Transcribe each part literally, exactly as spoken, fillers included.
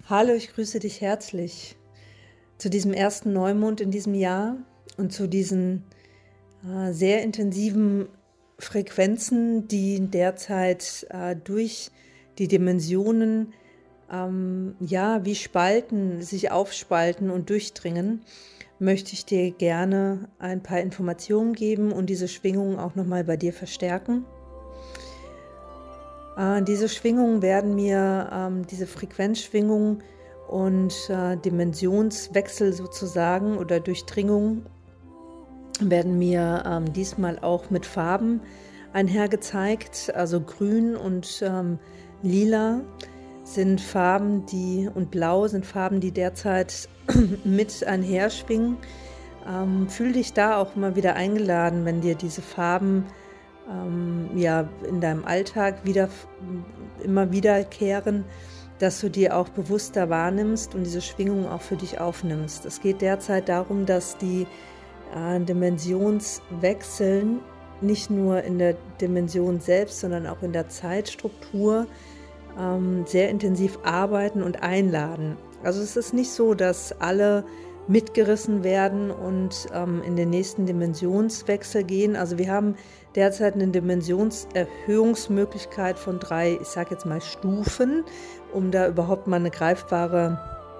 Hallo, ich grüße dich herzlich zu diesem ersten Neumond in diesem Jahr und zu diesen äh, sehr intensiven Frequenzen, die derzeit äh, durch die Dimensionen ähm, ja, wie Spalten sich aufspalten und durchdringen, möchte ich dir gerne ein paar Informationen geben und diese Schwingungen auch nochmal bei dir verstärken. Äh, diese Schwingungen werden mir, ähm, diese Frequenzschwingungen und äh, Dimensionswechsel sozusagen oder Durchdringung werden mir ähm, diesmal auch mit Farben einhergezeigt. Also grün und ähm, lila sind Farben, die und blau sind Farben, die derzeit mit einherschwingen. Ähm, fühl dich da auch mal wieder eingeladen, wenn dir diese Farben ähm, ja, in deinem Alltag wieder, immer wiederkehren, dass du die auch bewusster wahrnimmst und diese Schwingung auch für dich aufnimmst. Es geht derzeit darum, dass die äh, Dimensionswechseln nicht nur in der Dimension selbst, sondern auch in der Zeitstruktur ähm, sehr intensiv arbeiten und einladen. Also es ist nicht so, dass alle mitgerissen werden und ähm, in den nächsten Dimensionswechsel gehen. Also wir haben derzeit eine Dimensionserhöhungsmöglichkeit von drei, ich sage jetzt mal Stufen, um da überhaupt mal eine greifbare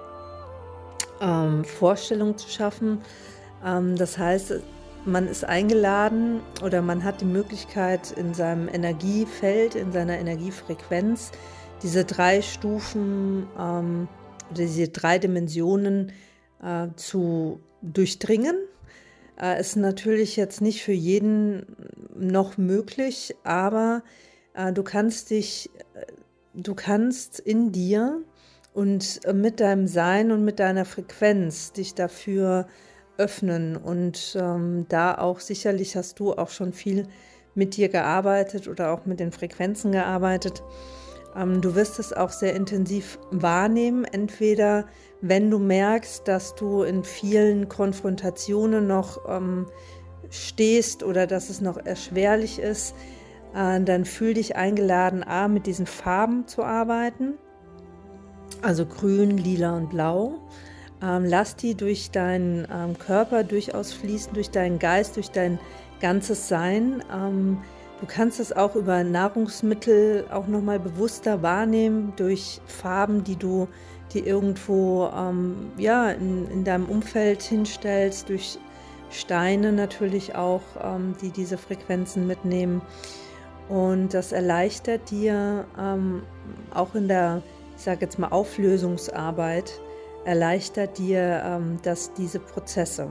ähm, Vorstellung zu schaffen. Ähm, das heißt, man ist eingeladen oder man hat die Möglichkeit in seinem Energiefeld, in seiner Energiefrequenz, diese drei Stufen, ähm, diese drei Dimensionen äh, zu durchdringen. Äh, ist natürlich jetzt nicht für jeden noch möglich, aber äh, du kannst dich, du kannst in dir und mit deinem Sein und mit deiner Frequenz dich dafür öffnen und ähm, da auch sicherlich hast du auch schon viel mit dir gearbeitet oder auch mit den Frequenzen gearbeitet. Ähm, du wirst es auch sehr intensiv wahrnehmen, entweder wenn du merkst, dass du in vielen Konfrontationen noch ähm, stehst oder dass es noch erschwerlich ist, äh, dann fühl dich eingeladen, A, mit diesen Farben zu arbeiten, also grün, lila und blau. Ähm, lass die durch deinen ähm, Körper durchaus fließen, durch deinen Geist, durch dein ganzes Sein. Ähm, du kannst es auch über Nahrungsmittel auch nochmal bewusster wahrnehmen, durch Farben, die du die irgendwo ähm, ja, in, in deinem Umfeld hinstellst, durch Steine natürlich auch, ähm, die diese Frequenzen mitnehmen. Und das erleichtert dir ähm, auch in der, ich sage jetzt mal, Auflösungsarbeit, erleichtert dir ähm, dass diese Prozesse.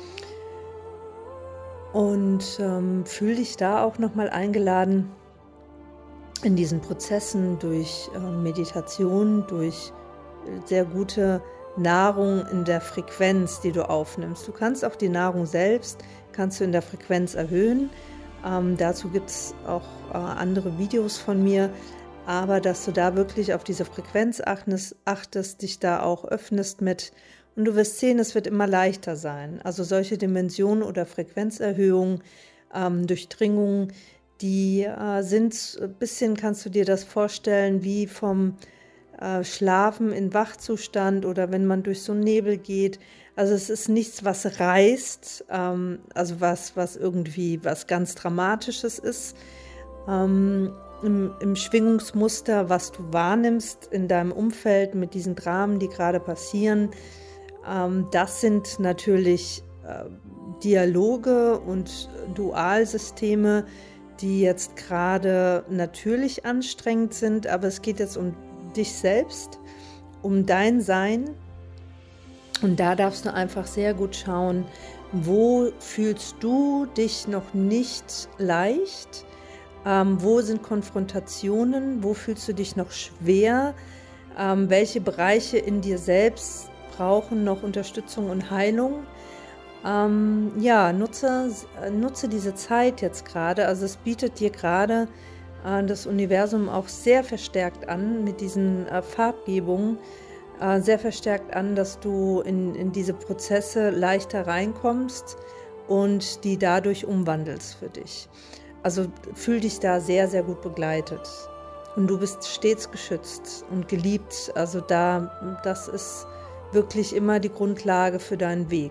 Und ähm, fühl dich da auch nochmal eingeladen, in diesen Prozessen durch äh, Meditation, durch sehr gute Nahrung in der Frequenz, die du aufnimmst. Du kannst auch die Nahrung selbst, kannst du in der Frequenz erhöhen. Ähm, dazu gibt es auch äh, andere Videos von mir, aber dass du da wirklich auf diese Frequenz achtest, achtest, dich da auch öffnest mit und du wirst sehen, es wird immer leichter sein. Also solche Dimensionen oder Frequenzerhöhungen, ähm, Durchdringungen, die äh, sind ein bisschen, kannst du dir das vorstellen, wie vom Schlafen in Wachzustand oder wenn man durch so einen Nebel geht. Also es ist nichts, was reißt, ähm, also was, was irgendwie was ganz Dramatisches ist. Ähm, im, im Schwingungsmuster, was du wahrnimmst in deinem Umfeld mit diesen Dramen, die gerade passieren, ähm, das sind natürlich äh, Dialoge und Dualsysteme, die jetzt gerade natürlich anstrengend sind, aber es geht jetzt um dich selbst, um dein Sein und da darfst du einfach sehr gut schauen, wo fühlst du dich noch nicht leicht, ähm, wo sind Konfrontationen, wo fühlst du dich noch schwer, ähm, welche Bereiche in dir selbst brauchen noch Unterstützung und Heilung. Ähm, ja, nutze, nutze diese Zeit jetzt gerade, also es bietet dir gerade das Universum auch sehr verstärkt an mit diesen äh, Farbgebungen, äh, sehr verstärkt an, dass du in, in diese Prozesse leichter reinkommst und die dadurch umwandelst für dich. Also fühl dich da sehr, sehr gut begleitet. und du bist stets geschützt und geliebt. Also da, das ist wirklich immer die Grundlage für deinen Weg.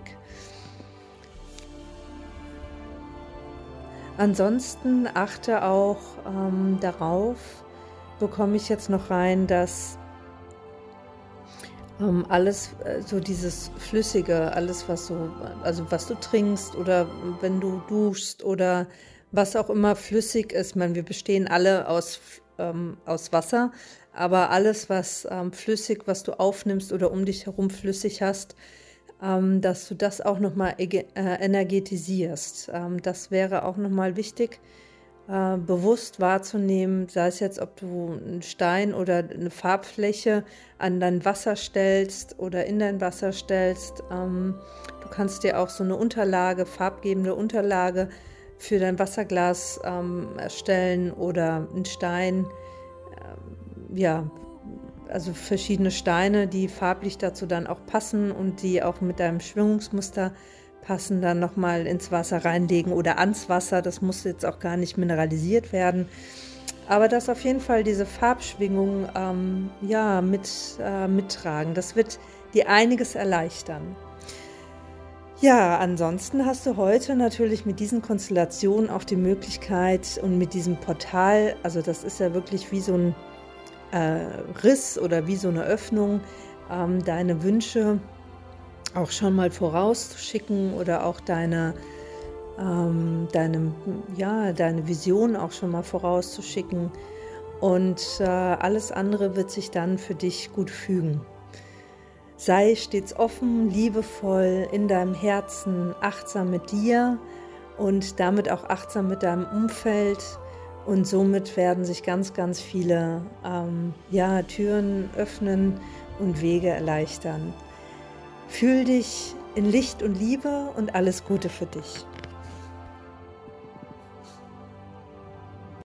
Ansonsten achte auch ähm, darauf, bekomme ich jetzt noch rein, dass ähm, alles, äh, so dieses Flüssige, alles was so, also was du trinkst oder wenn du duschst oder was auch immer flüssig ist, ich meine, wir bestehen alle aus, ähm, aus Wasser, aber alles was ähm, flüssig, was du aufnimmst oder um dich herum flüssig hast, ähm, dass du das auch nochmal äh, energetisierst. Ähm, das wäre auch nochmal wichtig, äh, bewusst wahrzunehmen, sei es jetzt, ob du einen Stein oder eine Farbfläche an dein Wasser stellst oder in dein Wasser stellst. Ähm, du kannst dir auch so eine Unterlage, farbgebende Unterlage für dein Wasserglas ähm, erstellen oder einen Stein, ähm, ja, also verschiedene Steine, die farblich dazu dann auch passen und die auch mit deinem Schwingungsmuster passen, dann nochmal ins Wasser reinlegen oder ans Wasser. Das muss jetzt auch gar nicht mineralisiert werden. Aber dass auf jeden Fall diese Farbschwingung ähm, ja, mit, äh, mittragen. Das wird dir einiges erleichtern. Ja, ansonsten hast du heute natürlich mit diesen Konstellationen auch die Möglichkeit und mit diesem Portal, also das ist ja wirklich wie so ein äh, Riss oder wie so eine Öffnung, ähm, deine Wünsche auch schon mal vorauszuschicken oder auch deine, ähm, deine, ja, deine Vision auch schon mal vorauszuschicken. Und äh, alles andere wird sich dann für dich gut fügen. Sei stets offen, liebevoll in deinem Herzen, achtsam mit dir und damit auch achtsam mit deinem Umfeld. Und somit werden sich ganz, ganz viele ähm, ja, Türen öffnen und Wege erleichtern. Fühl dich in Licht und Liebe und alles Gute für dich.